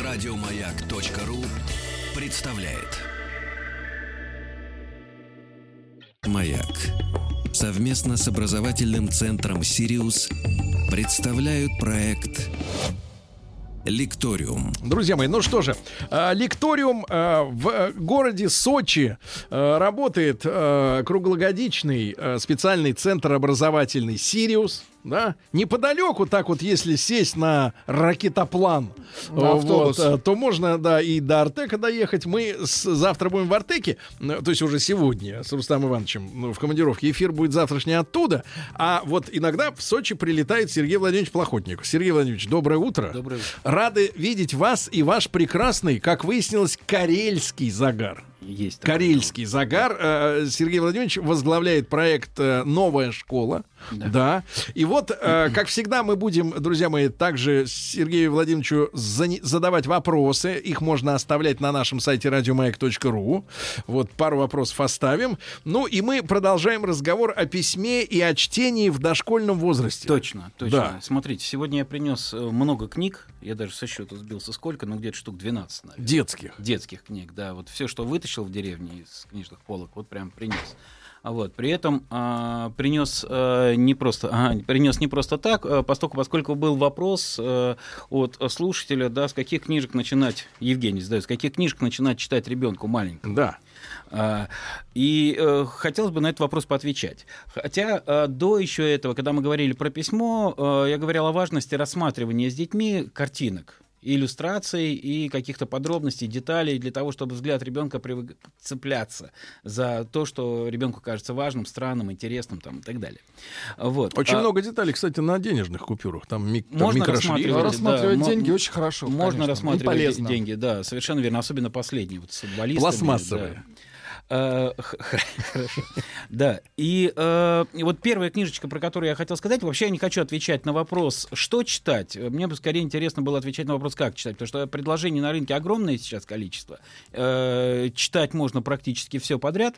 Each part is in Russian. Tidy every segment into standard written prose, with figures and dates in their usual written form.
Радиомаяк.ру представляет. Маяк совместно с образовательным центром «Сириус» представляют проект «Лекториум». Друзья мои, ну что же, «Лекториум» в городе Сочи работает круглогодичный специальный центр образовательный «Сириус». Да? Неподалеку, так вот, если сесть на ракетоплан, вот, то можно, да, и до Артека доехать. Мы завтра будем в Артеке, то есть уже сегодня с Рустамом Ивановичем в командировке. Эфир будет завтрашний оттуда. А вот иногда в Сочи прилетает Сергей Владимирович Плохотников. Сергей Владимирович, доброе утро. Доброе утро. Рады видеть вас и ваш прекрасный, как выяснилось, карельский загар. Есть карельский загар. Сергей Владимирович возглавляет проект «Новая школа». Да. И вот, как всегда, мы будем, друзья мои, также Сергею Владимировичу задавать вопросы. Их можно оставлять на нашем сайте радиомаяк.ру. Вот пару вопросов оставим. Ну и мы продолжаем разговор о письме и о чтении в дошкольном возрасте. Точно. Да. Смотрите, сегодня я принес много книг. Я даже со счета сбился сколько, но где-то штук 12, наверное. Детских книг, да. Вот все, что вытащил в деревне из книжных полок, вот прям принес. Вот. При этом принес не просто так, поскольку был вопрос от слушателя, да, с каких книжек начинать, Евгений задает, с каких книжек начинать читать ребенку маленькому. Да. И хотелось бы на этот вопрос поотвечать. Хотя до еще этого, когда мы говорили про письмо, я говорил о важности рассматривания с детьми картинок, иллюстраций и каких-то подробностей, деталей для того, чтобы взгляд ребенка привык цепляться за то, что ребенку кажется важным, странным, интересным там, и так далее. Вот. Очень много деталей, кстати, на денежных купюрах. Там можно рассматривать деньги очень хорошо. Можно конечно, рассматривать деньги, да, совершенно верно, особенно последние, вот с футболистами. Пластмассовые. Да. Хорошо. Да. И вот первая книжечка, про которую я хотел сказать, вообще я не хочу отвечать на вопрос, что читать. Мне бы скорее интересно было отвечать на вопрос, как читать, потому что предложений на рынке огромное сейчас количество. Читать можно практически все подряд.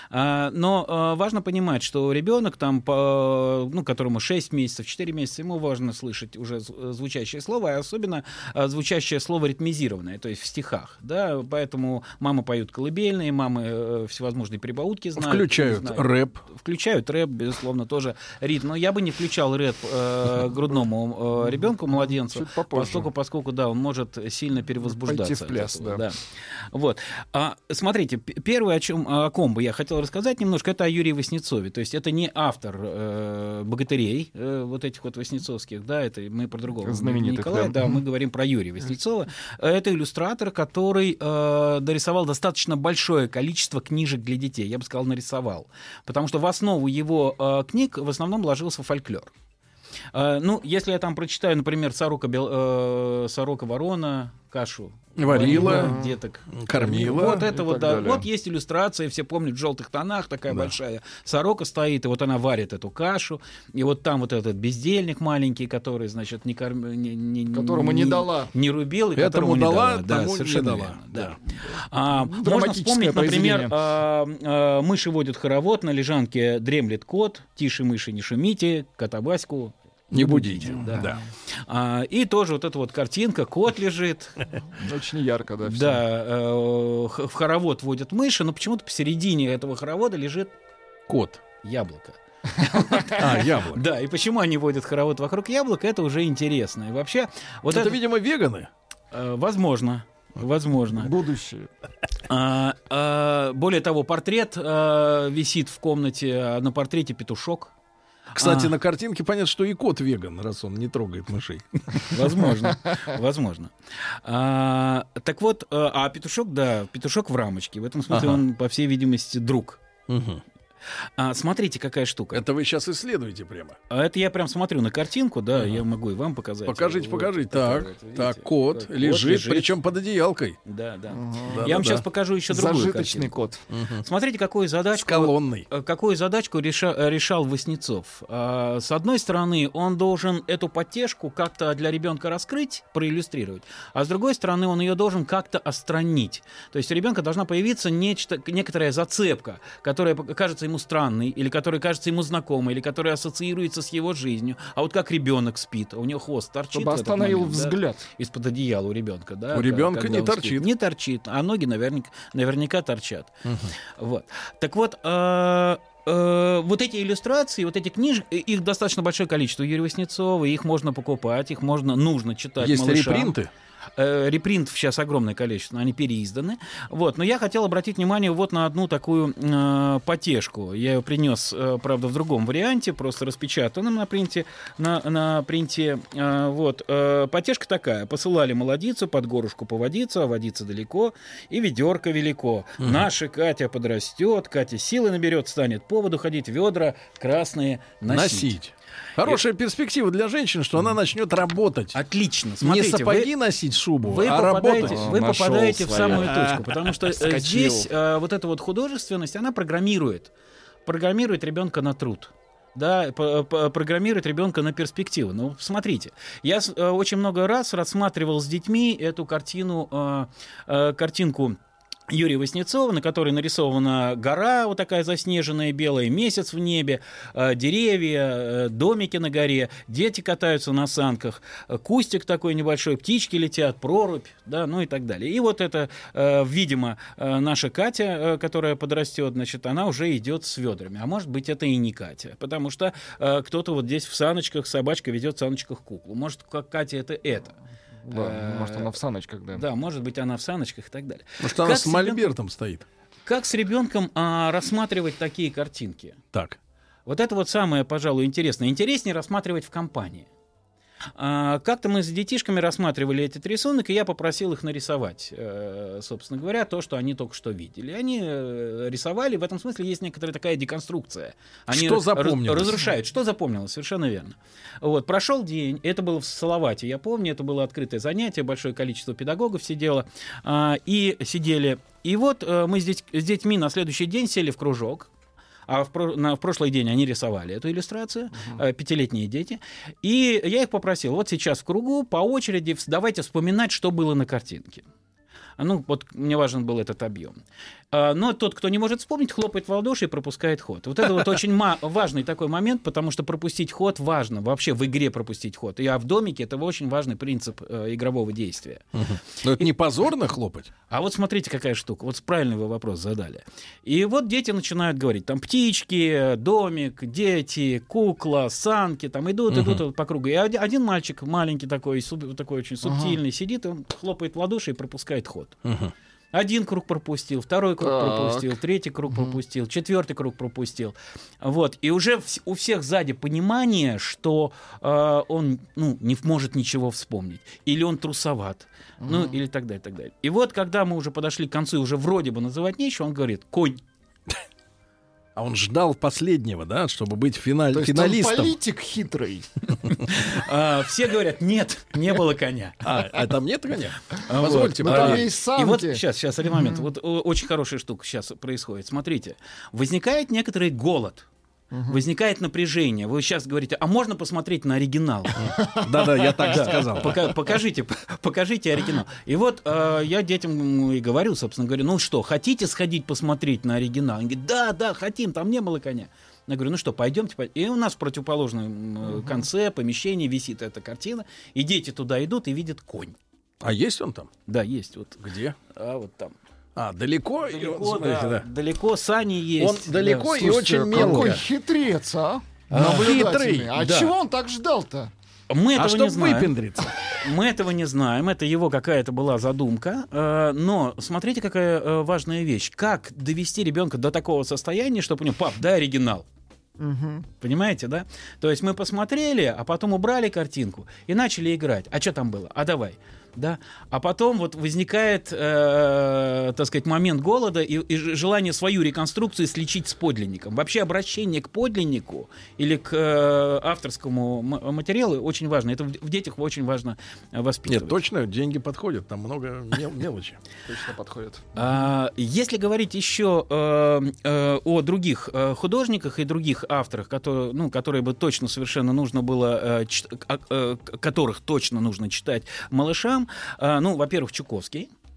Но важно понимать, что ребенок, там, которому 6 месяцев, 4 месяца, ему важно слышать уже звучащее слово, а особенно звучащее слово ритмизированное, то есть в стихах. Да? Поэтому мамы поют колыбельные, мамы всевозможные прибаутки знают. Включают рэп, безусловно, тоже ритм. Но я бы не включал рэп грудному ребенку, младенцу, поскольку да, он может сильно перевозбуждаться. Пойти в пляс, да. Вот. Смотрите, первое, о ком бы я хотел рассказать немножко, это о Юрии Васнецове. То есть это не автор «Богатырей», вот этих вот васнецовских, да, это мы про другого Николая, да, мы говорим про Юрия Васнецова. Это иллюстратор, который дорисовал достаточно большое количество книжек для детей, я бы сказал, нарисовал. Потому что в основу его книг в основном ложился фольклор. Если я там прочитаю, например, «Сорока-ворона», «Кашу варила, деток кормила. Вот это вот, да. Вот есть иллюстрация, все помнят, в желтых тонах, такая большая сорока стоит, и вот она варит эту кашу, и вот там вот этот бездельник маленький, который, значит, которому не дала. Не рубил, и которому не дала, да, совершенно не верно. дала. Да. Можно вспомнить, например, «Мыши водят хоровод, на лежанке дремлет кот, тише мыши не шумите, кота-баську не будите. Да. И тоже вот эта вот картинка, кот лежит. Очень ярко, да. Да, в хоровод водят мыши, но почему-то посередине этого хоровода лежит кот. Яблоко. Яблоко. Да, и почему они водят хоровод вокруг яблока, это уже интересно. И вообще, вот это, видимо, веганы. Возможно. Будущее. Более того, портрет висит в комнате, на портрете петушок. Кстати, на картинке понятно, что и кот веган, раз он не трогает мышей. Возможно. Так вот, петушок в рамочке. В этом смысле он, по всей видимости, друг. Смотрите, какая штука. Это вы сейчас исследуете прямо? Это я прям смотрю на картинку, да, я могу и вам показать. Покажите. Так, кот лежит, причем под одеялкой. Да. Я вам сейчас покажу еще другую зажиточный кот. Смотрите, какую задачку решал Васнецов. С одной стороны, он должен эту подтяжку как-то для ребенка раскрыть, проиллюстрировать, а с другой стороны, он ее должен как-то отстранить. То есть у ребенка должна появиться некоторая зацепка, которая кажется ему ему странный, или который кажется ему знакомый, или который ассоциируется с его жизнью. А вот как ребенок спит, у него хвост торчит. Чтобы остановил взгляд. Да, из-под одеяла у ребенка. Да, у ребенка не торчит. Спит. Не торчит, а ноги наверняка торчат. Вот. Так вот, вот эти иллюстрации, вот эти книжки, их достаточно большое количество у Юрия Васнецова, их можно покупать, их нужно читать малышам. Есть репринты? Репринтов сейчас огромное количество, они переизданы. Вот. Но я хотел обратить внимание вот на одну такую потешку. Я ее принес, правда, в другом варианте, просто распечатанном на принте. Вот. Потешка такая. Посылали молодицу под горушку поводиться, а водиться далеко, и ведерко велико. Наша Катя подрастет, Катя силы наберет, станет по воду ходить, ведра красные носить. Хорошая перспектива для женщин, что она начнет работать. Отлично. Смотрите, не сапоги носить, шубу, а работать. Вы попадаете в самую точку, потому что здесь вот эта вот художественность, она программирует ребенка на труд. Да, программирует ребенка на перспективу. Ну, смотрите, я очень много раз рассматривал с детьми эту картинку Юрия Васнецова, на которой нарисована гора, вот такая заснеженная, белая, месяц в небе, деревья, домики на горе, дети катаются на санках, кустик такой небольшой, птички летят, прорубь, да, ну и так далее. И вот это, видимо, наша Катя, которая подрастет, значит, она уже идет с ведрами. А может быть, это и не Катя, потому что кто-то вот здесь в саночках, собачка ведет в саночках куклу. Может, как Катя это. Да, может, она в саночках, да. Да, может быть, она в саночках и так далее. Может, она с мольбертом стоит. Как с ребенком рассматривать такие картинки? Так. Вот это вот самое, пожалуй, интересное. Интереснее рассматривать в компании. Как-то мы с детишками рассматривали этот рисунок, и я попросил их нарисовать, собственно говоря, то, что они только что видели. Они рисовали, в этом смысле есть некоторая такая деконструкция. Они что запомнилось? Разрушают. Что запомнилось, совершенно верно. Вот, прошел день, это было в Салавате, я помню, это было открытое занятие, большое количество педагогов сидело, и сидели. И вот мы с детьми на следующий день сели в кружок. А в прошлый день они рисовали эту иллюстрацию, 5-летние дети. И я их попросил, вот сейчас в кругу по очереди давайте вспоминать, что было на картинке. Ну, вот мне важен был этот объем. Но тот, кто не может вспомнить, хлопает в ладоши и пропускает ход. Вот это вот очень важный такой момент, потому что пропустить ход важно. Вообще в игре пропустить ход. А в домике это очень важный принцип игрового действия. Но это не позорно хлопать? А вот смотрите, какая штука. Вот правильный вы вопрос задали. И вот дети начинают говорить. Там птички, домик, дети, кукла, санки. Там идут по кругу. И один мальчик маленький такой очень субтильный, сидит, он хлопает в ладоши и пропускает ход. Один круг пропустил, второй круг пропустил, третий круг пропустил, четвертый круг пропустил. Вот. И уже у всех сзади понимание, что он не может ничего вспомнить. Или он трусоват. Ну, или так далее, так далее. И вот, когда мы уже подошли к концу, и уже вроде бы называть нечего, он говорит: конь. А он ждал последнего, да, чтобы быть финалистом. Он политик хитрый. Все говорят: нет, не было коня. А там нет коня? Позвольте. Там есть санки. И вот сейчас, один момент. Вот очень хорошая штука сейчас происходит. Смотрите, возникает некоторый голод. Возникает напряжение. Вы сейчас говорите: а можно посмотреть на оригинал? Да-да, я так сказал. Покажите оригинал. И вот я детям и говорю, собственно говоря, ну что, хотите сходить посмотреть на оригинал? Они говорят: да, хотим, там не было коня. Я говорю: ну что, пойдемте. И у нас в противоположном конце помещения висит эта картина, и дети туда идут и видят конь. А есть он там? Да, есть. Вот. Где? Вот там. Далеко? Далеко, сани есть. Он далеко и очень мелко. Какой хитрец, Хитрый. А чего он так ждал-то? Мы этого не знаем. Выпендриться. Мы этого не знаем. Это его какая-то была задумка. Но смотрите, какая важная вещь. Как довести ребенка до такого состояния, чтобы у него: пап, дай оригинал. Понимаете, да? То есть мы посмотрели, а потом убрали картинку и начали играть. А что там было? А давай. Да? А потом вот возникает, так сказать, момент голода и желание свою реконструкцию сличить с подлинником. Вообще обращение к подлиннику или к авторскому материалу очень важно. Это в детях очень важно воспитывать. Нет, точно, деньги подходят, там много мелочи. Точно подходят. Если говорить еще о других художниках и других авторах, которые бы точно совершенно нужно было, которых точно нужно читать малышам, во-первых, Чуковский.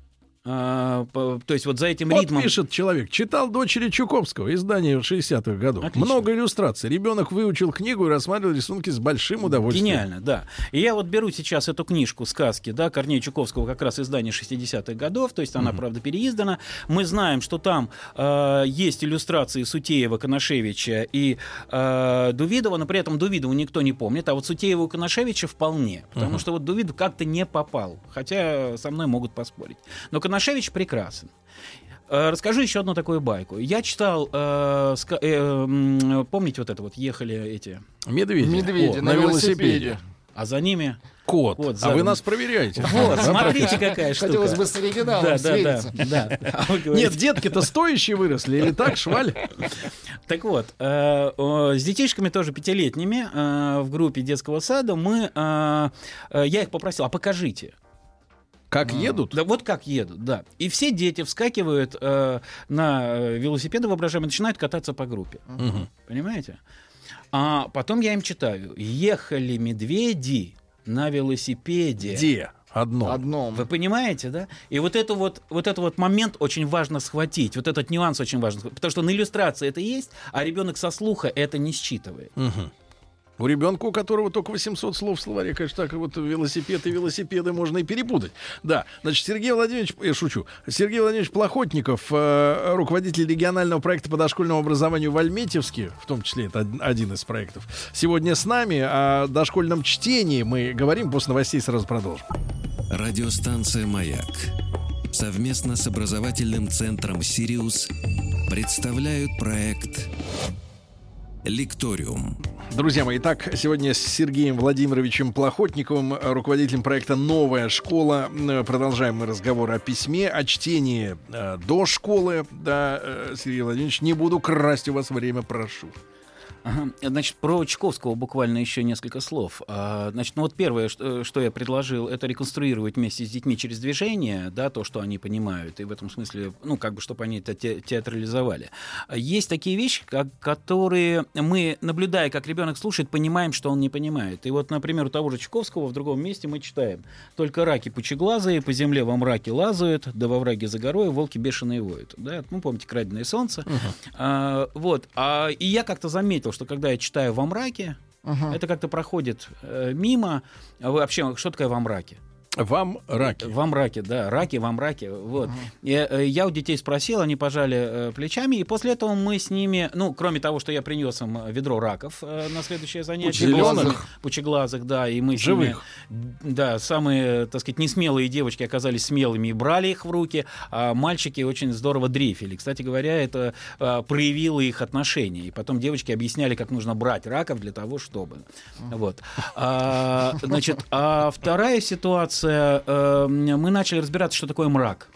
То есть вот за этим Вот ритмом... пишет человек. Читал «Дочери Чуковского», издание 60-х годов. Отлично. Много иллюстраций. Ребенок выучил книгу и рассматривал рисунки с большим удовольствием. Гениально, да. И я вот беру сейчас эту книжку сказки, да, Корнея Чуковского, как раз издание 60-х годов, то есть она, правда, переиздана. Мы знаем, что там есть иллюстрации Сутеева, Конашевича и Дувидова, но при этом Дувидову никто не помнит, а вот Сутеева и Конашевича вполне, потому что вот Дувидов как-то не попал, хотя со мной могут поспорить. Но Конашевич прекрасен. Расскажу еще одну такую байку. Я читал, помните вот это вот, ехали эти... Медведи на велосипеде. А за ними... Кот. Вот, А вы нас проверяете. Вот, смотрите, какая штука. Хотелось бы с оригиналом свериться. Да. Нет, детки-то стоящие выросли, или так, шваль? Так вот, с детишками тоже 5-летними в группе детского сада я их попросил, а покажите. Как едут? Да, вот как едут, да. И все дети вскакивают на велосипеды воображаемые и начинают кататься по группе. Понимаете? А потом я им читаю. Ехали медведи на велосипеде. Где? Одном. Вы понимаете, да? И вот этот момент очень важно схватить. Вот этот нюанс очень важно схватить. Потому что на иллюстрации это есть, а ребенок со слуха это не считывает. У ребенка, у которого только 800 слов в словаре, конечно, так вот велосипед и велосипеды можно и перепутать. Да, значит, Сергей Владимирович, я шучу, Сергей Владимирович Плохотников, руководитель регионального проекта по дошкольному образованию в Альметьевске, в том числе это один из проектов, сегодня с нами. О дошкольном чтении мы говорим, после новостей сразу продолжим. Радиостанция «Маяк» совместно с образовательным центром «Сириус» представляют проект «Лекториум». Друзья мои, итак, сегодня с Сергеем Владимировичем Плохотниковым, руководителем проекта «Новая школа». Продолжаем мы разговор о письме, о чтении до школы. Да, Сергей Владимирович, не буду красть у вас время, прошу. Ага. Значит, про Чуковского буквально еще несколько слов. Значит, ну вот первое, что я предложил, это реконструировать вместе с детьми через движение, да, то, что они понимают, и в этом смысле, ну, как бы, чтобы они это театрализовали. Есть такие вещи, которые мы, наблюдая, как ребенок слушает, понимаем, что он не понимает. И вот, например, у того же Чуковского в другом месте мы читаем: «Только раки пучеглазые по земле во мраке лазают, да во враге за горой волки бешеные воют». Да? Ну, помните, «Краденое солнце». Вот. И я как-то заметил, что когда я читаю «Во мраке», это как-то проходит мимо. Вообще, что такое «во мраке»? Вам раки. Во мраке, да, раки во мраке. Вот. Я у детей спросил, они пожали плечами, и после этого мы с ними, ну, кроме того, что я принес им ведро раков на следующее занятие. Пучеглазых, да, и мы живых. С ними, да, самые, так сказать, несмелые девочки оказались смелыми и брали их в руки, а мальчики очень здорово дрейфили. Кстати говоря, это проявило их отношение. И потом девочки объясняли, как нужно брать раков для того, чтобы. Вот. Значит, а вторая ситуация, мы начали разбираться, что такое мрак.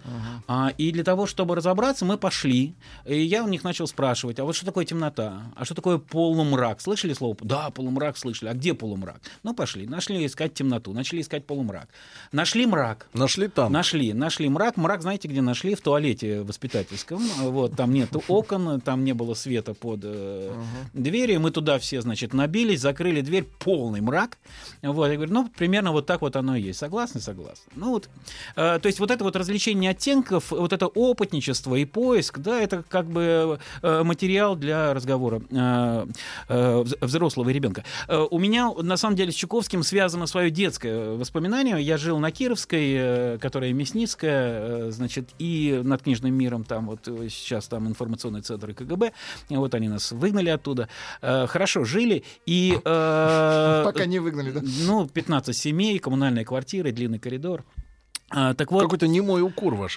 И для того, чтобы разобраться, мы пошли. И я у них начал спрашивать: а вот что такое темнота? А что такое полумрак? Слышали слово? Да, полумрак слышали. А где полумрак? Ну, пошли. Нашли искать темноту. Начали искать полумрак. Нашли мрак. Нашли там. Нашли мрак. Мрак, знаете, где нашли? В туалете воспитательском. Вот, там нет окон, там не было света под дверью. Мы туда все, значит, набились, закрыли дверь. Полный мрак. Вот, я говорю, ну, примерно вот так вот оно и есть. Согласны? Согласны. Ну, вот, то есть вот это вот развлечение оттенков, вот это опытничество и поиск, да, это как бы материал для разговора взрослого ребенка. У меня, на самом деле, с Чуковским связано свое детское воспоминание. Я жил на Кировской, которая Мясницкая, значит, и над Книжным миром, там вот сейчас там информационный центр и КГБ, вот они нас выгнали оттуда. Хорошо жили, и... Пока не выгнали, да? Ну, 15 семей, коммунальная квартира, длинный коридор. Так вот, какой-то немой укор ваш.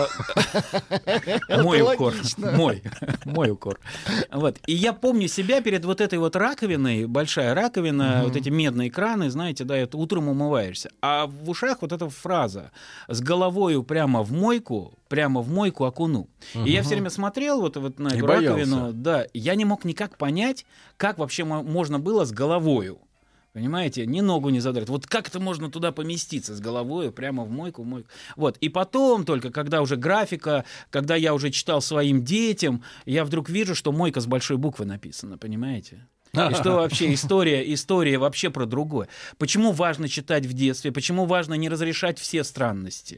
Мой укор. Мой укор. Вот. И я помню себя перед вот этой вот раковиной, большая раковина, вот эти медные краны, знаете, да, это утром умываешься. А в ушах вот эта фраза: «С головою прямо в мойку окуну». И я все время смотрел вот на эту раковину. Да, я не мог никак понять, как вообще можно было с головою. Понимаете, ни ногу не задрать. Вот как это можно туда поместиться с головой прямо в мойку? Вот. И потом только, когда уже графика, когда я уже читал своим детям, я вдруг вижу, что мойка с большой буквы написана, понимаете? И что вообще история вообще про другое. Почему важно читать в детстве? Почему важно не разрешать все странности?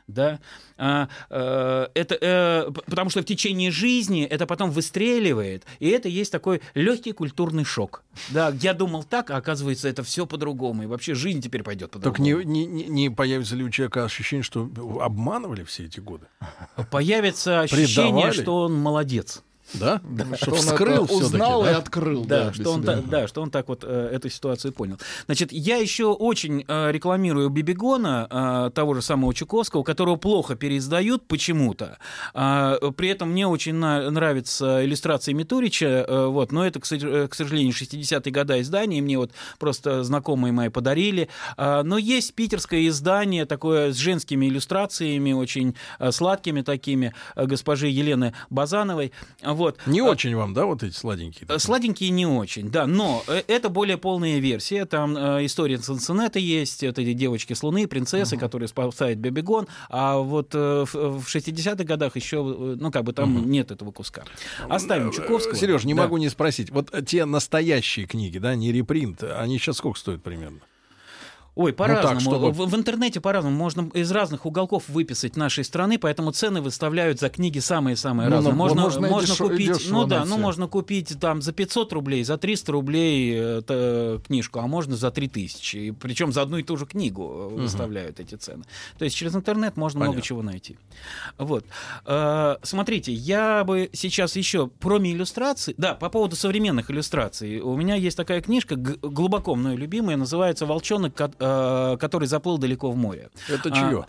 Да? Потому что в течение жизни это потом выстреливает, и это есть такой легкий культурный шок. Да, я думал так, а оказывается, это все по-другому, и вообще жизнь теперь пойдет по-другому. Так не появится ли у человека ощущение, что обманывали все эти годы? Появится ощущение, Предавали? что он молодец. Да? Что он вскрыл это узнал всё-таки, и да? открыл. Да, что он так вот эту ситуацию понял. Значит, я еще очень рекламирую Бибигона, того же самого Чуковского, которого плохо переиздают почему-то. При этом мне очень нравятся иллюстрации Митурича, вот, но это, к сожалению, 60-е годы издания, мне вот просто знакомые мои подарили. Но есть питерское издание, такое с женскими иллюстрациями, очень сладкими такими, госпожи Елены Базановой. Вот. Не очень вам, да, вот эти сладенькие? Сладенькие не очень, да, но это более полная версия. Там история Сансонета есть, это девочки с Луны, принцессы, которые спасают Бибигон, а вот в 60-х годах еще, ну, как бы там нет этого куска. Оставим Чуковского. Сереж, не могу не спросить. Вот те настоящие книги, да, не репринт, они сейчас сколько стоят примерно? Ой, по-разному. так, чтобы... В интернете по-разному. Можно из разных уголков выписать нашей страны, поэтому цены выставляют за книги самые-самые разные. Можно купить, можно купить там за 500 рублей, за 300 рублей книжку, а можно за 3000. Причем за одну и ту же книгу выставляют эти цены. То есть через интернет можно много чего найти. Вот. Смотрите, я бы сейчас еще кроме иллюстраций... Да, по поводу современных иллюстраций. У меня есть такая книжка, глубоко мною любимая, называется «Волчонок, который заплыл далеко в море». Это чье?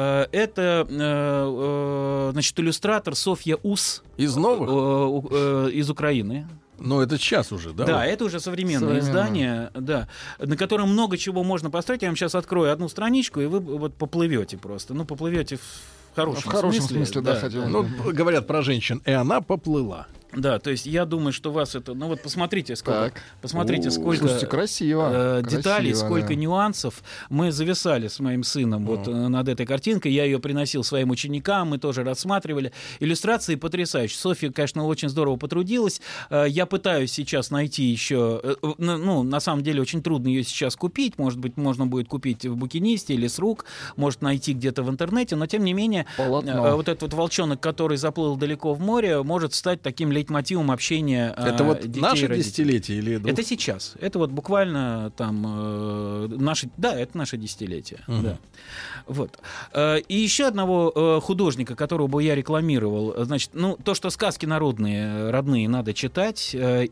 Это, значит, иллюстратор Софья Ус. Из новых? Из Украины. Но это сейчас уже, да? Да, это уже современное издание, да, на котором много чего можно построить. Я вам сейчас открою одну страничку, и вы вот поплывете просто. Ну, поплывете в хорошем смысле, да, хотел. Ну, говорят про женщин, и она поплыла. Да, то есть я думаю, что вас это... Ну вот посмотрите, сколько Слушайте, красиво. деталей, красиво, сколько да. нюансов. Мы зависали с моим сыном вот над этой картинкой. Я ее приносил своим ученикам, мы тоже рассматривали. Иллюстрации потрясающие. Софья, конечно, очень здорово потрудилась. Я пытаюсь сейчас найти еще... Ну, на самом деле, очень трудно ее сейчас купить. Может быть, можно будет купить в букинисте или с рук. Может найти где-то в интернете. Но, тем не менее, вот этот вот волчонок, который заплыл далеко в море, может стать таким лейтмотивом общения это вот детей наше и родителей. десятилетие или... Это сейчас. Это вот буквально там наше... Да, это наше десятилетие. Да. Вот. И еще одного художника, которого бы я рекламировал. Значит, ну, то, что сказки народные, родные, надо читать.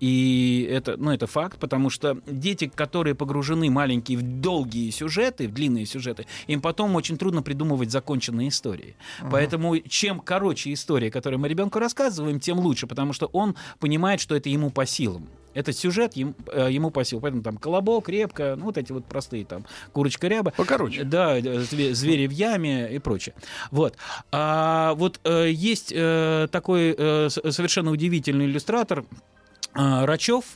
И это, ну, это факт, потому что дети, которые погружены маленькие в долгие сюжеты, в длинные сюжеты, им потом очень трудно придумывать законченные истории. Поэтому чем короче история, которую мы ребенку рассказываем, тем лучше, потому что он понимает, что это ему по силам. Этот сюжет ему по силам. Поэтому там «Колобок», «Репка», ну, вот эти вот простые там «Курочка Ряба». Покороче. Да, «Звери в яме» и прочее. Вот. А вот есть такой совершенно удивительный иллюстратор Рачев,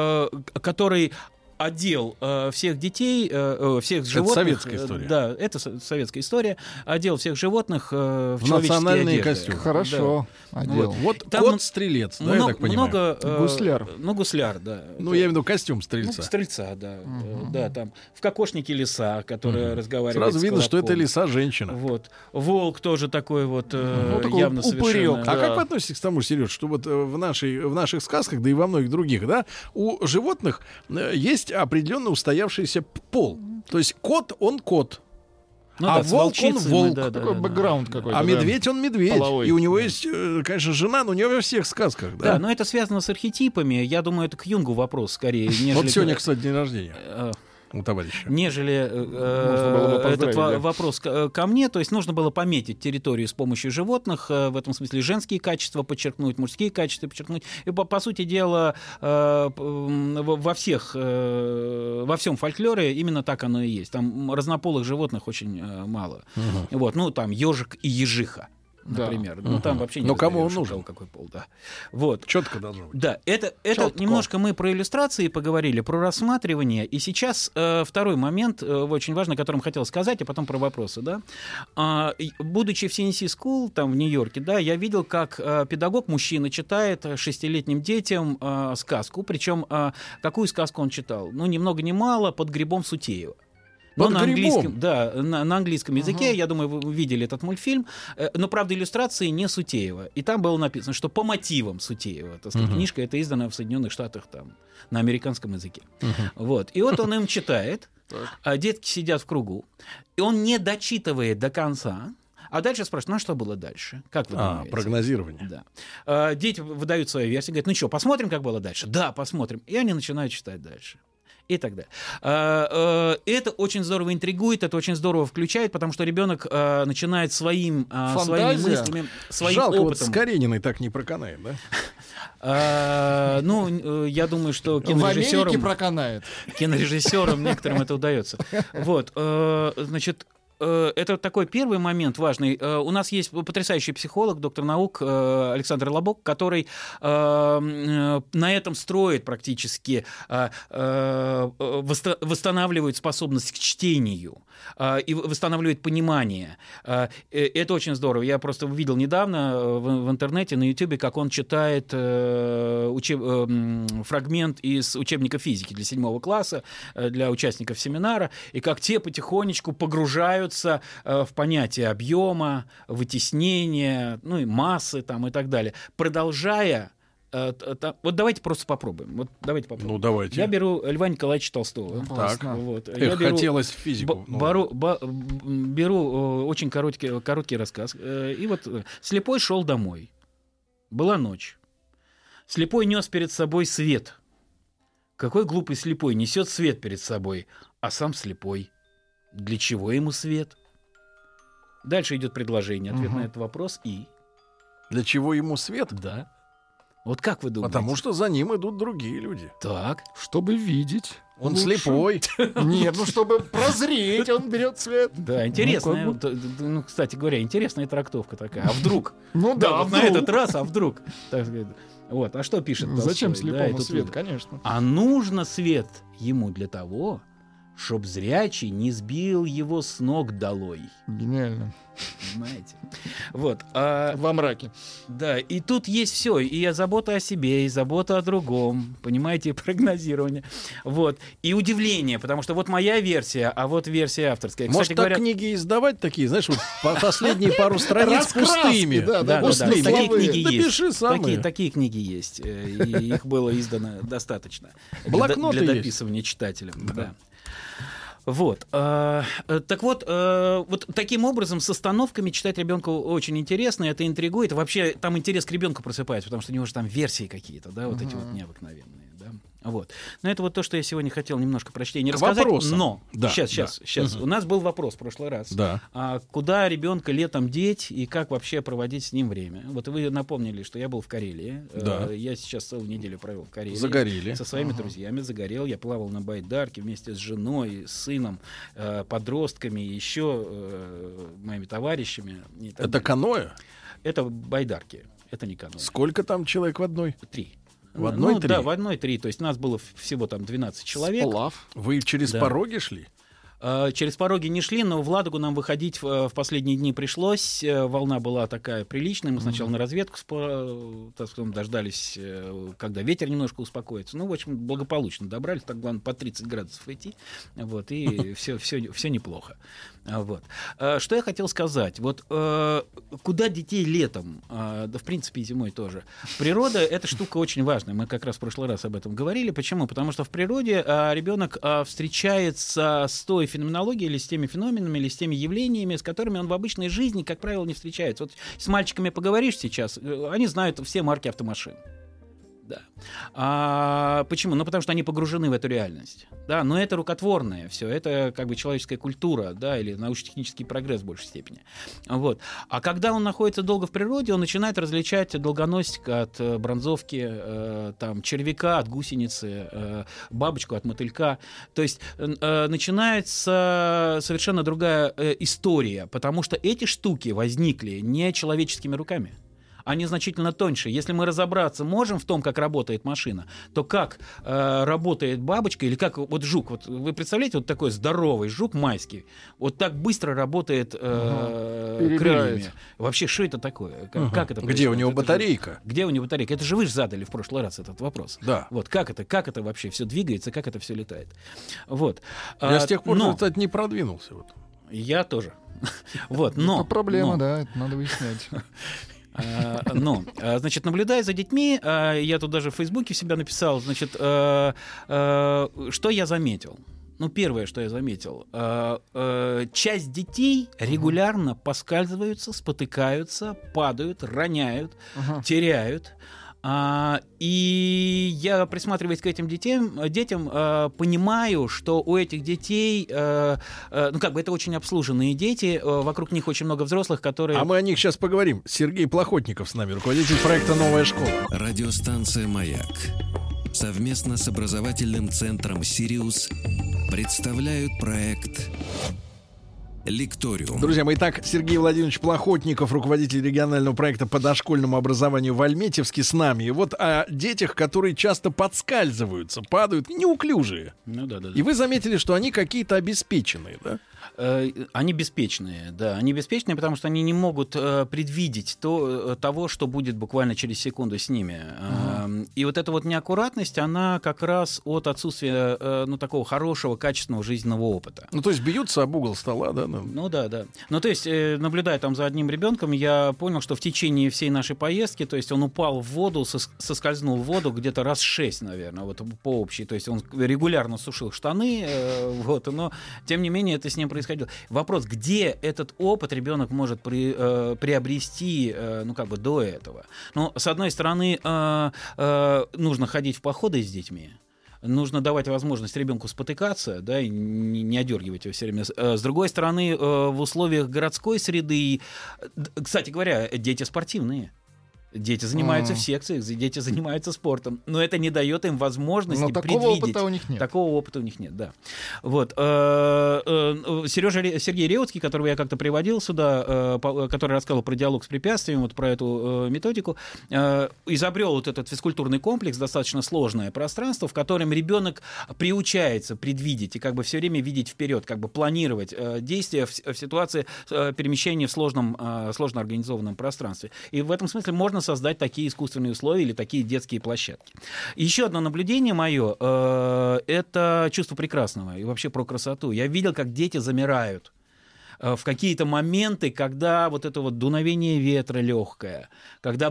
который одел всех детей, всех животных... Это советская история. Да, это советская история. Одел всех животных в национальные одежды. костюмы. Хорошо. Одел. Вот кот-стрелец, да, я так понимаю. Гусляр. Ну, гусляр, да. Ну, я имею в виду костюм стрельца. Ну, стрельца, да. Да, там в кокошнике лиса, которая разговаривает Сразу с видно, что это колобком. лиса-женщина. Вот. Волк тоже такой вот такой явно упырёк. совершенно... А как вы относитесь к тому, Сереж, что вот в наших сказках, да и во многих других, да, у животных есть определенно устоявшийся пол. То есть кот, он кот. Ну, а да, с волк, он волчицей волк. да, Такой бэкграунд какой-то. А медведь, он медведь. Половой. И у него есть, конечно, жена, но у него во всех сказках. Да, Да, но это связано с архетипами. Я думаю, это к Юнгу вопрос скорее, нежели... Вот сегодня, кстати, день рождения у товарища. Нежели было бы этот поздравить, да. вопрос ко мне. То есть нужно было пометить территорию с помощью животных, в этом смысле женские качества подчеркнуть, мужские качества подчеркнуть. И, по сути дела, во всем фольклоре именно так оно и есть. Там разнополых животных очень мало. Вот, ну, там ежик и ежиха. Например. Да. Ну, там вообще не кому он разберешь, нужен? у кого какой пол, да. Вот. Четко должно быть. Да, это немножко мы про иллюстрации поговорили, про рассматривание. И сейчас второй момент, очень важный, о котором хотел сказать, а потом про вопросы. Да? Будучи в Tennessee School, там в Нью-Йорке, да, я видел, как педагог, мужчина, читает 6-летним детям сказку. Причем какую сказку он читал? Ну, ни много ни мало, «Под грибом Сутеева». Но на английском, да, на английском языке, я думаю, вы видели этот мультфильм, но, правда, иллюстрации не Сутеева. И там было написано, что по мотивам Сутеева. Так сказать, книжка эта издана в Соединенных Штатах там, на американском языке. Вот. И вот он им читает, а детки сидят в кругу, и он не дочитывает до конца. А дальше спрашивают, ну а что было дальше? Как вы думаете? Прогнозирование. Да. Дети выдают свою версию, говорят, ну что, посмотрим, как было дальше? Да, посмотрим. И они начинают читать дальше. И так далее. Это очень здорово интригует, это очень здорово включает, потому что ребенок начинает своими мыслями, своим Жалко, опытом. вот с Карениной так не проканает, да? Ну, я думаю, что В Америке проканает. кинорежиссерам некоторым это удается. Вот, значит, это такой первый момент важный. У нас есть потрясающий психолог, доктор наук Александр Лобок, который на этом строит практически, восстанавливает способность к чтению и восстанавливает понимание. Это очень здорово. Я просто увидел недавно в интернете, на Ютубе, как он читает фрагмент из учебника физики для 7 класса, для участников семинара, и как те потихонечку погружаются в понятие объема, вытеснения, ну и массы там, и так далее, продолжая. Вот давайте просто попробуем. Ну, давайте. Я беру Льва Николаевича Толстого. Так. Вот. Хотелось в физику. Беру очень короткий рассказ. И вот слепой шел домой. Была ночь. Слепой нес перед собой свет. Какой глупый слепой несет свет перед собой, а сам слепой. Для чего ему свет? Дальше идет предложение, ответ на этот вопрос и... Для чего ему свет? Да. Вот как вы думаете? Потому что за ним идут другие люди. Так. Чтобы видеть. Он лучше. слепой. Нет, ну чтобы прозреть, он берет свет. Да, интересная, ну, кстати говоря, интересная трактовка такая. А вдруг? Ну да, вот на этот раз, а вдруг? Так сказать. Вот, а что пишет Толстой? Зачем слепому свет, конечно. А нужно свет ему для того, чтоб зрячий не сбил его с ног долой. Гениально. Понимаете? Вот. Во мраке. Да, и тут есть все, и забота о себе, и забота о другом, понимаете, и прогнозирование. Вот. И удивление, потому что вот моя версия, а вот версия авторская. Может, Кстати так говоря, книги издавать такие, знаешь, вот последние пару страниц пустыми. Да, такие книги Напиши есть. самые. Такие книги есть. И их было издано достаточно Блокноты для есть. дописывания читателям. Да. Вот. Так вот, вот таким образом с остановками читать ребенку очень интересно, это интригует. Вообще там интерес к ребенку просыпается, потому что у него же там версии какие-то, да, вот эти вот необыкновенные. Да? Вот. Но это вот то, что я сегодня хотел немножко про чтение рассказать. Вопросам. Но Да, сейчас. У нас был вопрос в прошлый раз. Да. Куда ребенка летом деть и как вообще проводить с ним время? Вот вы напомнили, что я был в Карелии. Да. Я сейчас целую неделю провел в Карелии. Загорели. Со своими друзьями загорел. Я плавал на байдарке вместе с женой, с сыном, подростками, еще моими товарищами. Это каноэ? Это байдарки. Это не каноэ. Сколько там человек в одной? 3. В одной 3? Да, в одной 3. То есть нас было всего там 12 человек. Сплав. Вы через пороги шли? Через пороги не шли, но в Ладогу нам выходить в последние дни пришлось. Волна была такая приличная. Мы сначала на разведку дождались, когда ветер немножко успокоится. Ну, в общем, благополучно добрались. Так, главное, по 30 градусов идти. Вот, и все неплохо. Вот. Что я хотел сказать? Вот куда детей летом, да, в принципе, и зимой тоже. Природа — это штука очень важная. Мы как раз в прошлый раз об этом говорили. Почему? Потому что в природе ребенок встречается с той феноменологией, или с теми феноменами, или с теми явлениями, с которыми он в обычной жизни, как правило, не встречается. Вот с мальчиками поговоришь сейчас, они знают все марки автомашин. Да. Почему? Ну, потому что они погружены в эту реальность. Да, но это рукотворное все, это как бы человеческая культура, да, или научно-технический прогресс в большей степени. Вот. А когда он находится долго в природе, он начинает различать долгоносика от бронзовки, там, червяка от гусеницы, бабочку от мотылька. То есть начинается совершенно другая история, потому что эти штуки возникли не человеческими руками. они значительно тоньше. Если мы разобраться можем в том, как работает машина, то как работает бабочка или как вот жук. Вот вы представляете, вот такой здоровый жук майский, вот так быстро работает крыльями. Вообще, что это такое? Как это происходит? Где у него батарейка? Где у него батарейка? Это же вы же задали в прошлый раз этот вопрос. Да. Вот как это вообще все двигается, как это все летает. Вот. Я с тех пор, кстати, не продвинулся. Вот. Я тоже. Вот, но... Это проблема, да, это надо выяснять. Значит, наблюдая за детьми, я тут даже в Фейсбуке себя написал, значит, что я заметил? Ну, первое, что я заметил, часть детей регулярно поскальзываются, спотыкаются, падают, роняют, теряют. И я, присматриваясь к этим детям, понимаю, что у этих детей, это очень обслуженные дети, вокруг них очень много взрослых, которые... А мы о них сейчас поговорим. Сергей Плохотников с нами, руководитель проекта «Новая школа». Радиостанция «Маяк» совместно с образовательным центром «Сириус» представляют проект «Лекториум». Друзья мои, итак, Сергей Владимирович Плохотников, руководитель регионального проекта по дошкольному образованию в Альметьевске, с нами. И вот о детях, которые часто подскальзываются, падают, неуклюжие. Да. И вы заметили, что они какие-то обеспеченные, да? Они беспечные, да. Они беспечные, потому что они не могут предвидеть того, что будет буквально через секунду с ними. И вот эта вот неаккуратность, она как раз от отсутствия такого хорошего, качественного жизненного опыта. Ну, то есть бьются об угол стола, да? Ну, да. Ну, то есть, наблюдая там за одним ребенком, я понял, что в течение всей нашей поездки, то есть он упал в воду, соскользнул в воду где-то раз 6, наверное, вот по общей. То есть он регулярно сушил штаны, но, тем не менее, это с ним происходило. Вопрос, где этот опыт ребенок может приобрести, до этого? Ну, с одной стороны, нужно ходить в походы с детьми. Нужно давать возможность ребенку спотыкаться, да, и не одергивать его все время. С другой стороны, в условиях городской среды, кстати говоря, дети спортивные. Дети занимаются в секциях, дети занимаются спортом, но это не дает им возможности предвидеть. Такого опыта у них нет. Такого опыта у них нет, да. Вот. Сергей Реутский, которого я как-то приводил сюда, который рассказывал про диалог с препятствиями, вот про эту методику, изобрел вот этот физкультурный комплекс, достаточно сложное пространство, в котором ребенок приучается предвидеть и как бы все время видеть вперед, как бы планировать действия в ситуации перемещения в сложно организованном пространстве. И в этом смысле можно создать такие искусственные условия или такие детские площадки. Еще одно наблюдение мое это чувство прекрасного и вообще про красоту. Я видел, как дети замирают в какие-то моменты, когда вот это вот дуновение ветра легкое, когда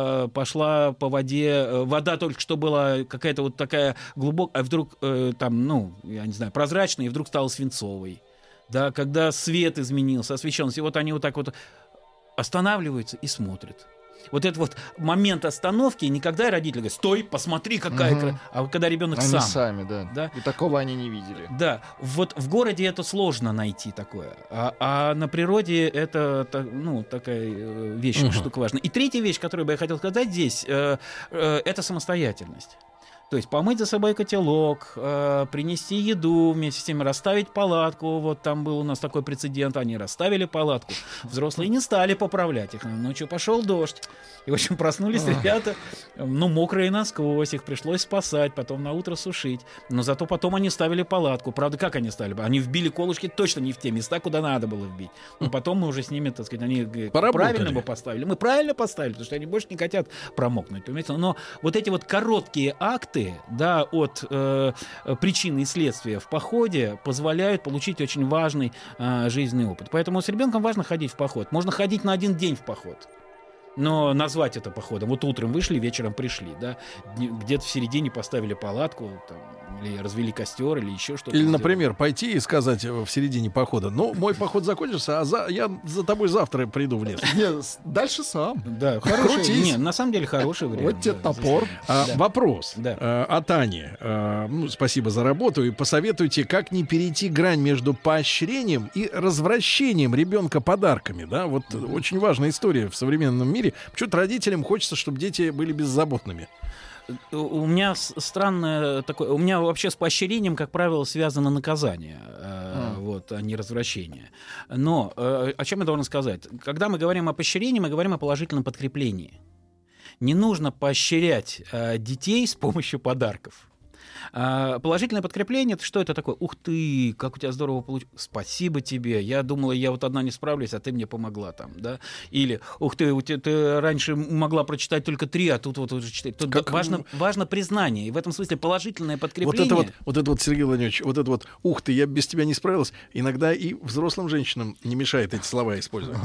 пошла по воде, вода только что была какая-то вот такая глубокая, а вдруг прозрачная, и вдруг стала свинцовой. Да, когда свет изменился, освещенность, и вот они вот так вот останавливаются и смотрят. Вот этот вот момент остановки, не когда родители говорят: стой, посмотри, какая а когда ребенок они сам. Сами, да. И такого они не видели. Да, вот в городе это сложно найти такое, а на природе это такая вещь, штука важная. И третья вещь, которую бы я хотел сказать здесь, это самостоятельность. То есть помыть за собой котелок, принести еду вместе с ними, расставить палатку. Вот там был у нас такой прецедент. Они расставили палатку. Взрослые не стали поправлять их. Ночью пошел дождь. И, в общем, проснулись ребята, мокрые насквозь. Их пришлось спасать, потом на утро сушить. Но зато потом они ставили палатку. Правда, как они ставили? Они вбили колышки точно не в те места, куда надо было вбить. Но потом мы уже с ними, так сказать, они правильно бы поставили. Мы правильно поставили, потому что они больше не хотят промокнуть. Понимаете? Но вот эти вот короткие акты, да, от причины и следствия в походе позволяют получить очень важный жизненный опыт. Поэтому с ребенком важно ходить в поход. Можно ходить на один день в поход, но назвать это походом. Вот утром вышли, вечером пришли, да, где-то в середине поставили палатку, там, или развели костер, или еще что-то. Или, например, пойти и сказать в середине похода: мой поход закончился, я за тобой завтра приду в лес. Нет, дальше сам. Да, хороший. Нет, на самом деле хороший вариант. Вот тебе топор. Вопрос от Ани. Спасибо за работу. И посоветуйте, как не перейти грань между поощрением и развращением ребенка подарками. Да? Вот очень важная история в современном мире. Почему-то родителям хочется, чтобы дети были беззаботными. У меня странное такое... У меня вообще с поощрением, как правило, связано наказание. вот, а не развращение. Но о чем я должен сказать? Когда мы говорим о поощрении, мы говорим о положительном подкреплении. Не нужно поощрять детей с помощью подарков. Положительное подкрепление — это что это такое? Ух ты, как у тебя здорово получилось. Спасибо тебе. Я думала, я вот одна не справлюсь, а ты мне помогла там, да? Или ух ты, ты раньше могла прочитать только 3, а тут вот уже 4. Тут важно признание. И в этом смысле положительное подкрепление. Вот это вот, Сергей Владимирович, вот это вот ух ты, я без тебя не справилась. Иногда и взрослым женщинам не мешает эти слова использовать.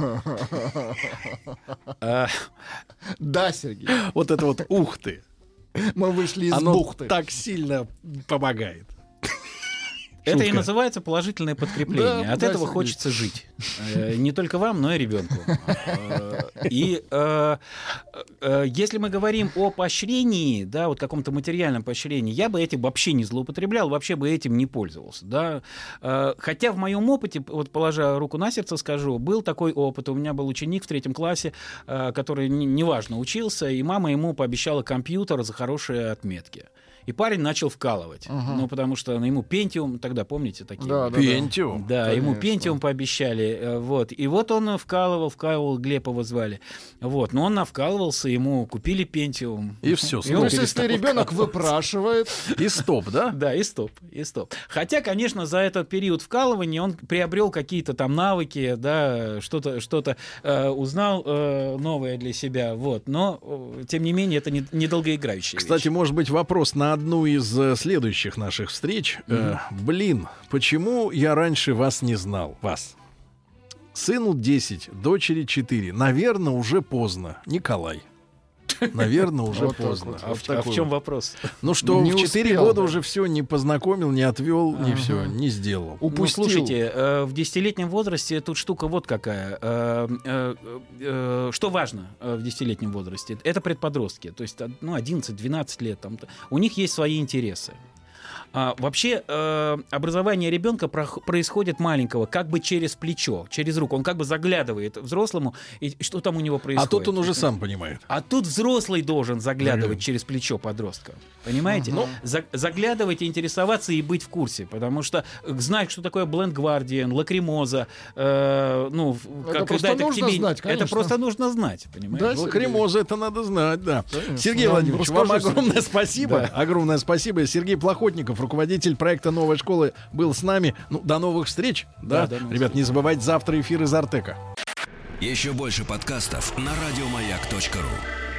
Да, Сергей. Вот это вот ух ты. Мы вышли из Оно бухты. так сильно помогает. Это Шутка. и называется положительное подкрепление. Да, От да, этого Сергей. хочется жить. Не только вам, но и ребенку. И если мы говорим о поощрении, да, вот каком-то материальном поощрении, я бы этим вообще не злоупотреблял, вообще бы этим не пользовался. Да. Хотя в моем опыте, вот положа руку на сердце скажу, был такой опыт. У меня был ученик в 3 классе, который неважно учился, и мама ему пообещала компьютер за хорошие отметки. И парень начал вкалывать. Ну, потому что ему Pentium, тогда, помните, такие? Да, да, Pentium. Да, Конечно. ему Pentium пообещали. Вот. И вот он вкалывал, Глеб его звали. Вот. Но он навкалывался, ему купили Pentium. И все. И он То есть, если перестал ребенок вкалываться. выпрашивает, И стоп, да? Да, и стоп. Хотя, конечно, за этот период вкалывания он приобрел какие-то там навыки, да, что-то узнал новое для себя. Вот. Но, тем не менее, это недолгоиграющая вещь. Кстати, может быть, вопрос на одну из следующих наших встреч. Блин, почему я раньше вас не знал? Вас. Сыну 10, дочери 4. Наверное, уже поздно. Николай. Наверное, уже Вот так поздно. вот. А в чем вопрос? Ну что, Не в 4 успел, года да. уже все не познакомил, не отвел, не все, не сделал. Ну, упустил. слушайте, в 10-летнем возрасте тут штука вот какая. Что важно в 10-летнем возрасте? Это предподростки. То есть 11-12 лет. Там, у них есть свои интересы. Вообще образование ребенка происходит маленького, как бы через плечо, через руку. Он как бы заглядывает взрослому, и что там у него происходит. А тут он уже сам понимает. А тут взрослый должен заглядывать через плечо подростка. Понимаете? Заглядывать, интересоваться и быть в курсе. Потому что знать, что такое Blend Guardian, лакримоза, просто нужно знать, это конечно. просто нужно знать. Понимаете? Да, Лакримоза это надо знать, да. Конечно. Сергей Нам Владимирович, вам расскажи, огромное Сергей. спасибо. Да. Огромное спасибо. Сергей Плохотников, руководитель проекта «Новая школа», был с нами. Ну, до новых встреч. Да, до новых ребят, встреч. не забывайте, завтра эфир из Артека. Еще больше подкастов на радиомаяк.ру.